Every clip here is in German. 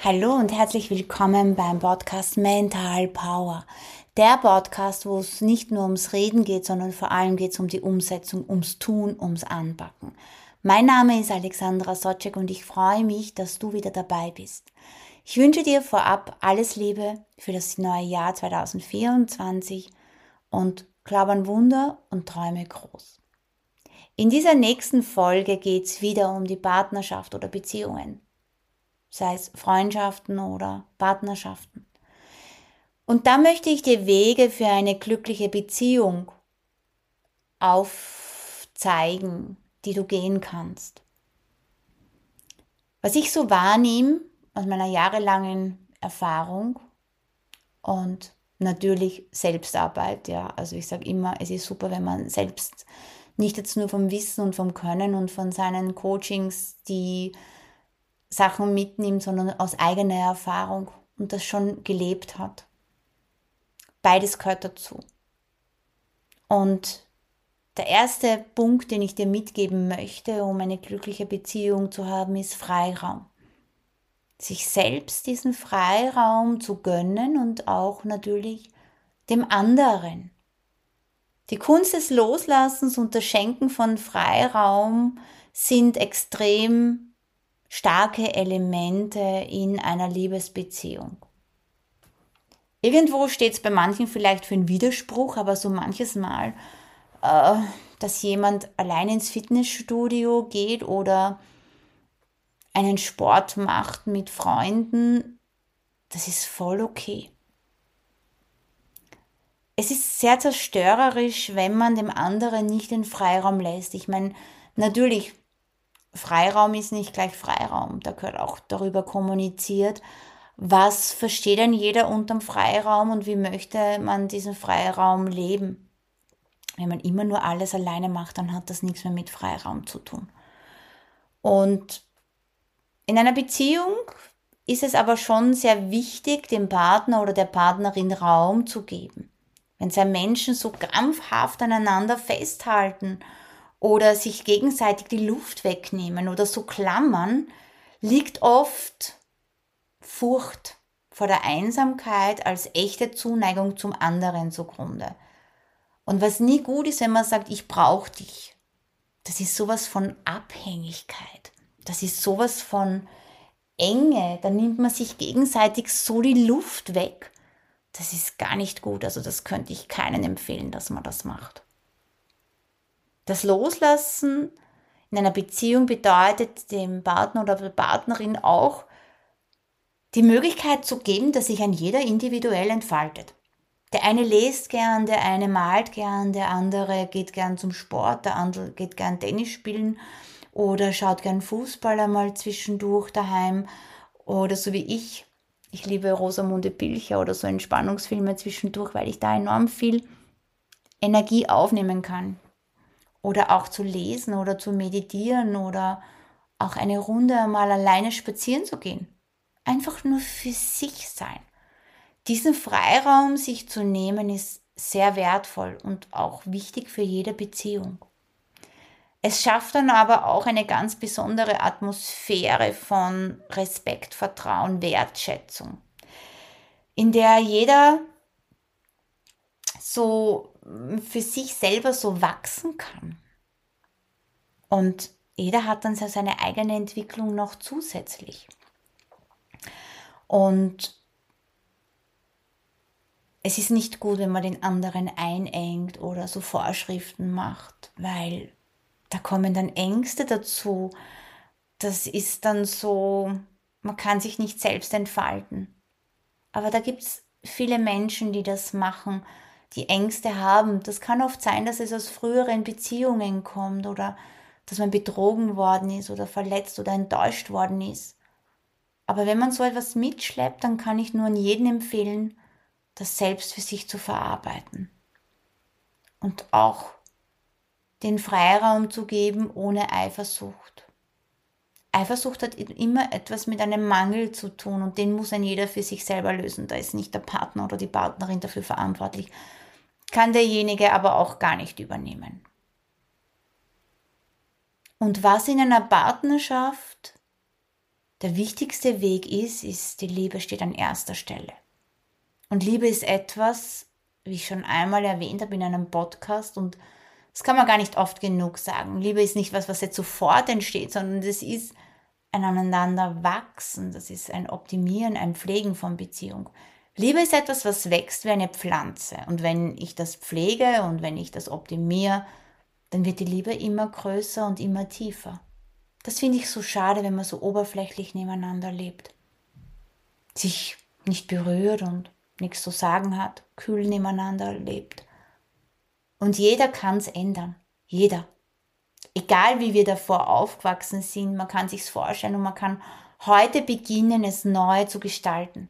Hallo und herzlich willkommen beim Podcast Mental Power. Der Podcast, wo es nicht nur ums Reden geht, sondern vor allem geht es um die Umsetzung, ums Tun, ums Anpacken. Mein Name ist Alexandra Socek und ich freue mich, dass du wieder dabei bist. Ich wünsche dir vorab alles Liebe für das neue Jahr 2024 und glaube an Wunder und träume groß. In dieser nächsten Folge geht es wieder um die Partnerschaft oder Beziehungen. Sei es Freundschaften oder Partnerschaften. Und da möchte ich dir Wege für eine glückliche Beziehung aufzeigen, die du gehen kannst. Was ich so wahrnehme aus meiner jahrelangen Erfahrung und natürlich Selbstarbeit, ja, also ich sage immer, es ist super, wenn man selbst nicht jetzt nur vom Wissen und vom Können und von seinen Coachings die Sachen mitnimmt, sondern aus eigener Erfahrung und das schon gelebt hat. Beides gehört dazu. Und der erste Punkt, den ich dir mitgeben möchte, um eine glückliche Beziehung zu haben, ist Freiraum. Sich selbst diesen Freiraum zu gönnen und auch natürlich dem anderen. Die Kunst des Loslassens und das Schenken von Freiraum sind extrem starke Elemente in einer Liebesbeziehung. Irgendwo steht es bei manchen vielleicht für einen Widerspruch, aber so manches Mal, dass jemand allein ins Fitnessstudio geht oder einen Sport macht mit Freunden, das ist voll okay. Es ist sehr zerstörerisch, wenn man dem anderen nicht den Freiraum lässt. Ich meine, natürlich, Freiraum ist nicht gleich Freiraum. Da gehört auch darüber kommuniziert, was versteht denn jeder unterm Freiraum und wie möchte man diesen Freiraum leben. Wenn man immer nur alles alleine macht, dann hat das nichts mehr mit Freiraum zu tun. Und in einer Beziehung ist es aber schon sehr wichtig, dem Partner oder der Partnerin Raum zu geben. Wenn zwei Menschen so krampfhaft aneinander festhalten oder sich gegenseitig die Luft wegnehmen oder so klammern, liegt oft Furcht vor der Einsamkeit als echte Zuneigung zum anderen zugrunde. Und was nie gut ist, wenn man sagt, ich brauche dich. Das ist sowas von Abhängigkeit. Das ist sowas von Enge. Da nimmt man sich gegenseitig so die Luft weg. Das ist gar nicht gut. Also das könnte ich keinen empfehlen, dass man das macht. Das Loslassen in einer Beziehung bedeutet dem Partner oder der Partnerin auch die Möglichkeit zu geben, dass sich ein jeder individuell entfaltet. Der eine liest gern, der eine malt gern, der andere geht gern zum Sport, der andere geht gern Tennis spielen oder schaut gern Fußball einmal zwischendurch daheim oder so wie ich. Ich liebe Rosamunde Pilcher oder so Entspannungsfilme zwischendurch, weil ich da enorm viel Energie aufnehmen kann. Oder auch zu lesen oder zu meditieren oder auch eine Runde einmal alleine spazieren zu gehen. Einfach nur für sich sein. Diesen Freiraum sich zu nehmen, ist sehr wertvoll und auch wichtig für jede Beziehung. Es schafft dann aber auch eine ganz besondere Atmosphäre von Respekt, Vertrauen, Wertschätzung, in der jeder so für sich selber so wachsen kann. Und jeder hat dann so seine eigene Entwicklung noch zusätzlich. Und es ist nicht gut, wenn man den anderen einengt oder so Vorschriften macht, weil da kommen dann Ängste dazu. Das ist dann so, man kann sich nicht selbst entfalten. Aber da gibt es viele Menschen, die das machen, die Ängste haben. Das kann oft sein, dass es aus früheren Beziehungen kommt oder dass man betrogen worden ist oder verletzt oder enttäuscht worden ist. Aber wenn man so etwas mitschleppt, dann kann ich nur an jeden empfehlen, das selbst für sich zu verarbeiten. Und auch den Freiraum zu geben ohne Eifersucht. Eifersucht hat immer etwas mit einem Mangel zu tun und den muss ein jeder für sich selber lösen. Da ist nicht der Partner oder die Partnerin dafür verantwortlich. Kann derjenige aber auch gar nicht übernehmen. Und was in einer Partnerschaft der wichtigste Weg ist, die Liebe steht an erster Stelle. Und Liebe ist etwas, wie ich schon einmal erwähnt habe in einem Podcast, und das kann man gar nicht oft genug sagen. Liebe ist nicht was jetzt sofort entsteht, sondern das ist ein Aneinanderwachsen, das ist ein Optimieren, ein Pflegen von Beziehung. Liebe ist etwas, was wächst wie eine Pflanze. Und wenn ich das pflege und wenn ich das optimiere, dann wird die Liebe immer größer und immer tiefer. Das finde ich so schade, wenn man so oberflächlich nebeneinander lebt. Sich nicht berührt und nichts zu sagen hat, kühl nebeneinander lebt. Und jeder kann es ändern. Jeder. Egal wie wir davor aufgewachsen sind, man kann sich's vorstellen und man kann heute beginnen, es neu zu gestalten.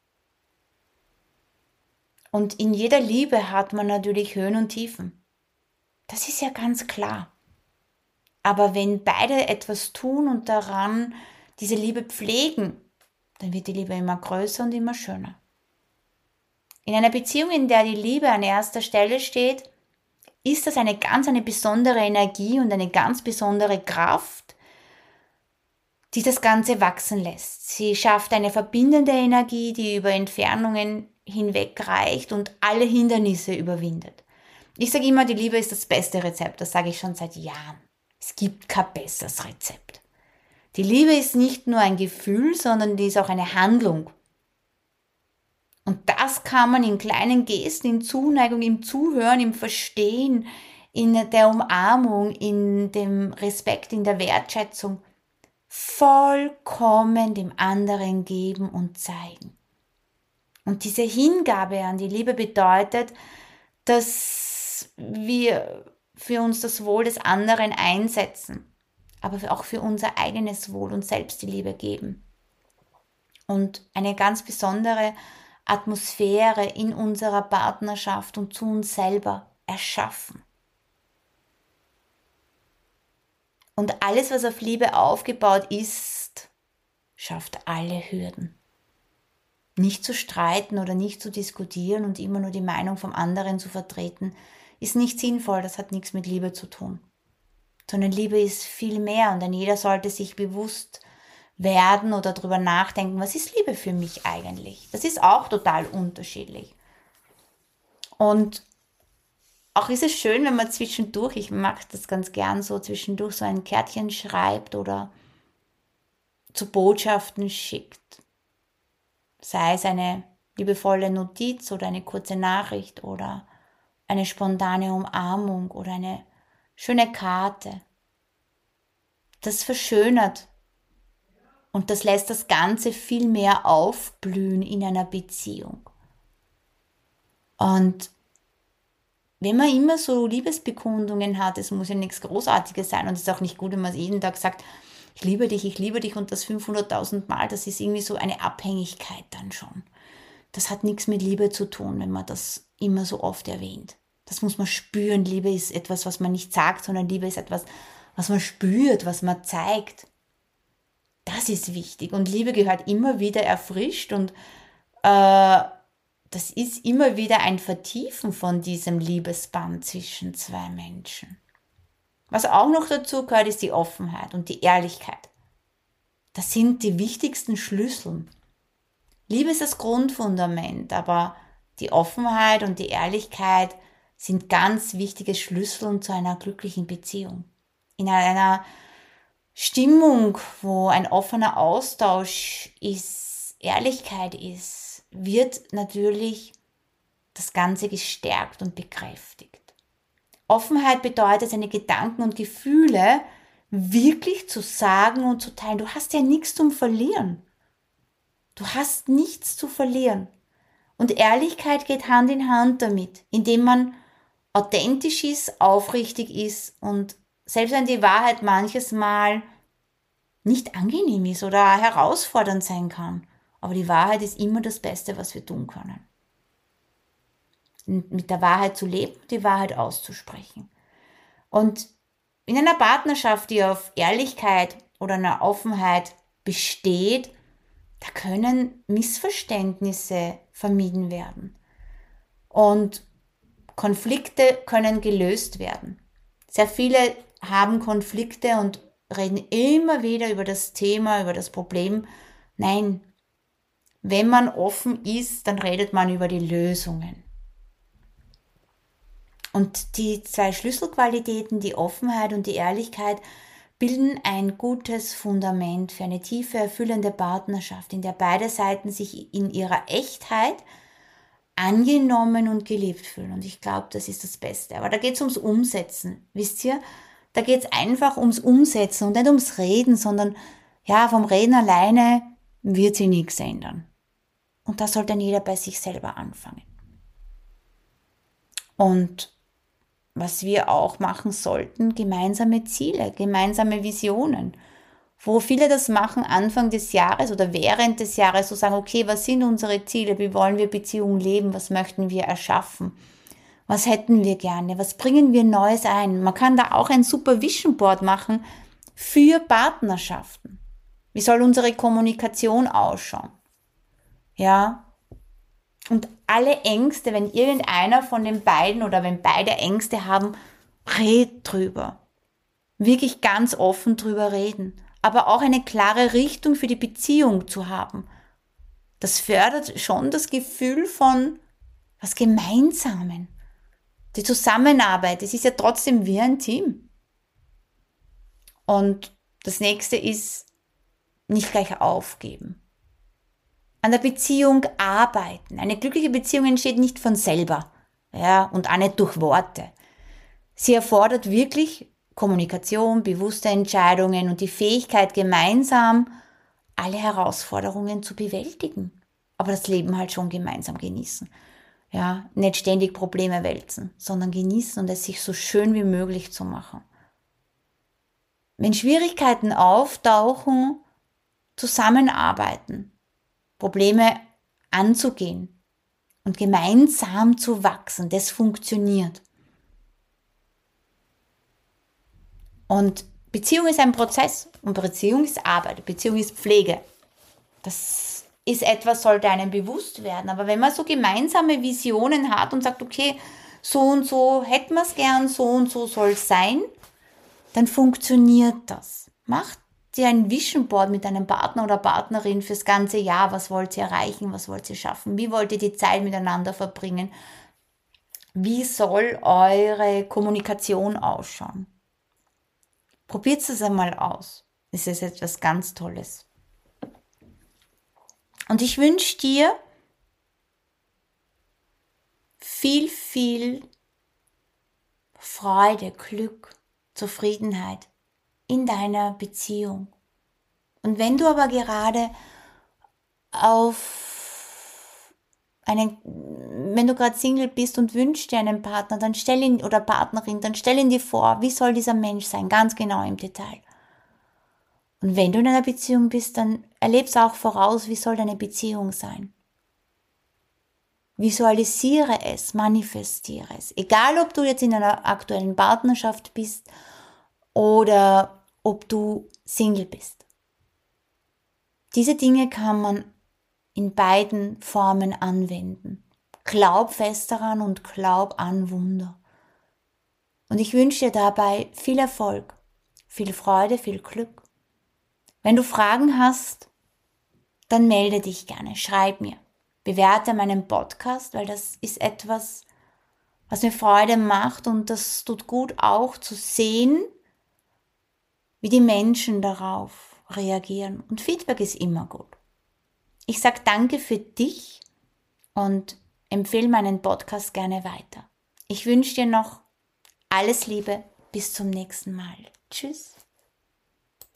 Und in jeder Liebe hat man natürlich Höhen und Tiefen. Das ist ja ganz klar. Aber wenn beide etwas tun und daran diese Liebe pflegen, dann wird die Liebe immer größer und immer schöner. In einer Beziehung, in der die Liebe an erster Stelle steht, ist das eine besondere Energie und eine ganz besondere Kraft, die das Ganze wachsen lässt. Sie schafft eine verbindende Energie, die über Entfernungen hinweg reicht und alle Hindernisse überwindet. Ich sage immer, die Liebe ist das beste Rezept. Das sage ich schon seit Jahren. Es gibt kein besseres Rezept. Die Liebe ist nicht nur ein Gefühl, sondern die ist auch eine Handlung. Und das kann man in kleinen Gesten, in Zuneigung, im Zuhören, im Verstehen, in der Umarmung, in dem Respekt, in der Wertschätzung vollkommen dem anderen geben und zeigen. Und diese Hingabe an die Liebe bedeutet, dass wir für uns das Wohl des anderen einsetzen, aber auch für unser eigenes Wohl und selbst die Liebe geben. Und eine ganz besondere Atmosphäre in unserer Partnerschaft und zu uns selber erschaffen. Und alles, was auf Liebe aufgebaut ist, schafft alle Hürden. Nicht zu streiten oder nicht zu diskutieren und immer nur die Meinung vom anderen zu vertreten, ist nicht sinnvoll, das hat nichts mit Liebe zu tun. Sondern Liebe ist viel mehr und jeder sollte sich bewusst werden oder darüber nachdenken, was ist Liebe für mich eigentlich? Das ist auch total unterschiedlich. Und auch ist es schön, wenn man zwischendurch, ich mache das ganz gern so, zwischendurch so ein Kärtchen schreibt oder zu Botschaften schickt. Sei es eine liebevolle Notiz oder eine kurze Nachricht oder eine spontane Umarmung oder eine schöne Karte. Das verschönert und das lässt das Ganze viel mehr aufblühen in einer Beziehung. Und wenn man immer so Liebesbekundungen hat, es muss ja nichts Großartiges sein und es ist auch nicht gut, wenn man jeden Tag sagt, ich liebe dich und das 500.000 Mal, das ist irgendwie so eine Abhängigkeit dann schon. Das hat nichts mit Liebe zu tun, wenn man das immer so oft erwähnt. Das muss man spüren. Liebe ist etwas, was man nicht sagt, sondern Liebe ist etwas, was man spürt, was man zeigt. Das ist wichtig und Liebe gehört immer wieder erfrischt und das ist immer wieder ein Vertiefen von diesem Liebesband zwischen zwei Menschen. Was auch noch dazu gehört, ist die Offenheit und die Ehrlichkeit. Das sind die wichtigsten Schlüssel. Liebe ist das Grundfundament, aber die Offenheit und die Ehrlichkeit sind ganz wichtige Schlüssel zu einer glücklichen Beziehung. In einer Stimmung, wo ein offener Austausch ist, Ehrlichkeit ist, wird natürlich das Ganze gestärkt und bekräftigt. Offenheit bedeutet, seine Gedanken und Gefühle wirklich zu sagen und zu teilen. Du hast ja nichts zum Verlieren. Du hast nichts zu verlieren. Und Ehrlichkeit geht Hand in Hand damit, indem man authentisch ist, aufrichtig ist und selbst wenn die Wahrheit manches Mal nicht angenehm ist oder herausfordernd sein kann. Aber die Wahrheit ist immer das Beste, was wir tun können. Mit der Wahrheit zu leben, die Wahrheit auszusprechen. Und in einer Partnerschaft, die auf Ehrlichkeit oder einer Offenheit besteht, da können Missverständnisse vermieden werden. Und Konflikte können gelöst werden. Sehr viele haben Konflikte und reden immer wieder über das Thema, über das Problem. Nein, wenn man offen ist, dann redet man über die Lösungen. Und die 2 Schlüsselqualitäten, die Offenheit und die Ehrlichkeit, bilden ein gutes Fundament für eine tiefe, erfüllende Partnerschaft, in der beide Seiten sich in ihrer Echtheit angenommen und geliebt fühlen. Und ich glaube, das ist das Beste. Aber da geht es ums Umsetzen. Wisst ihr? Da geht es einfach ums Umsetzen und nicht ums Reden, sondern ja, vom Reden alleine wird sich nichts ändern. Und da sollte dann jeder bei sich selber anfangen. Und was wir auch machen sollten, gemeinsame Ziele, gemeinsame Visionen. Wo viele das machen Anfang des Jahres oder während des Jahres, so sagen, okay, was sind unsere Ziele, wie wollen wir Beziehungen leben, was möchten wir erschaffen, was hätten wir gerne, was bringen wir Neues ein. Man kann da auch ein super Vision Board machen für Partnerschaften. Wie soll unsere Kommunikation ausschauen? Ja, und alle Ängste, wenn irgendeiner von den beiden oder wenn beide Ängste haben, red drüber. Wirklich ganz offen drüber reden. Aber auch eine klare Richtung für die Beziehung zu haben. Das fördert schon das Gefühl von was Gemeinsamen. Die Zusammenarbeit, es ist ja trotzdem wie ein Team. Und das nächste ist, nicht gleich aufgeben. An der Beziehung arbeiten. Eine glückliche Beziehung entsteht nicht von selber, ja, und auch nicht durch Worte. Sie erfordert wirklich Kommunikation, bewusste Entscheidungen und die Fähigkeit, gemeinsam alle Herausforderungen zu bewältigen. Aber das Leben halt schon gemeinsam genießen. Ja, nicht ständig Probleme wälzen, sondern genießen und es sich so schön wie möglich zu machen. Wenn Schwierigkeiten auftauchen, zusammenarbeiten, Probleme anzugehen und gemeinsam zu wachsen, das funktioniert. Und Beziehung ist ein Prozess und Beziehung ist Arbeit, Beziehung ist Pflege. Das ist etwas, sollte einem bewusst werden. Aber wenn man so gemeinsame Visionen hat und sagt, okay, so und so hätten wir es gern, so und so soll es sein, dann funktioniert das. Macht dir ein Vision Board mit deinem Partner oder Partnerin fürs ganze Jahr. Was wollt ihr erreichen? Was wollt ihr schaffen? Wie wollt ihr die Zeit miteinander verbringen? Wie soll eure Kommunikation ausschauen? Probiert es einmal aus. Es ist etwas ganz Tolles. Und ich wünsche dir viel, viel Freude, Glück, Zufriedenheit in deiner Beziehung. Und wenn du aber gerade wenn du gerade Single bist und wünschst dir einen Partner, dann stell ihn oder Partnerin, dann stell ihn dir vor, wie soll dieser Mensch sein, ganz genau im Detail. Und wenn du in einer Beziehung bist, dann erlebst auch voraus, wie soll deine Beziehung sein. Visualisiere es, manifestiere es. Egal, ob du jetzt in einer aktuellen Partnerschaft bist oder ob du Single bist. Diese Dinge kann man in beiden Formen anwenden. Glaub fest daran und glaub an Wunder. Und ich wünsche dir dabei viel Erfolg, viel Freude, viel Glück. Wenn du Fragen hast, dann melde dich gerne, schreib mir. Bewerte meinen Podcast, weil das ist etwas, was mir Freude macht und das tut gut auch zu sehen, wie die Menschen darauf reagieren. Und Feedback ist immer gut. Ich sage danke für dich und empfehle meinen Podcast gerne weiter. Ich wünsche dir noch alles Liebe, bis zum nächsten Mal. Tschüss.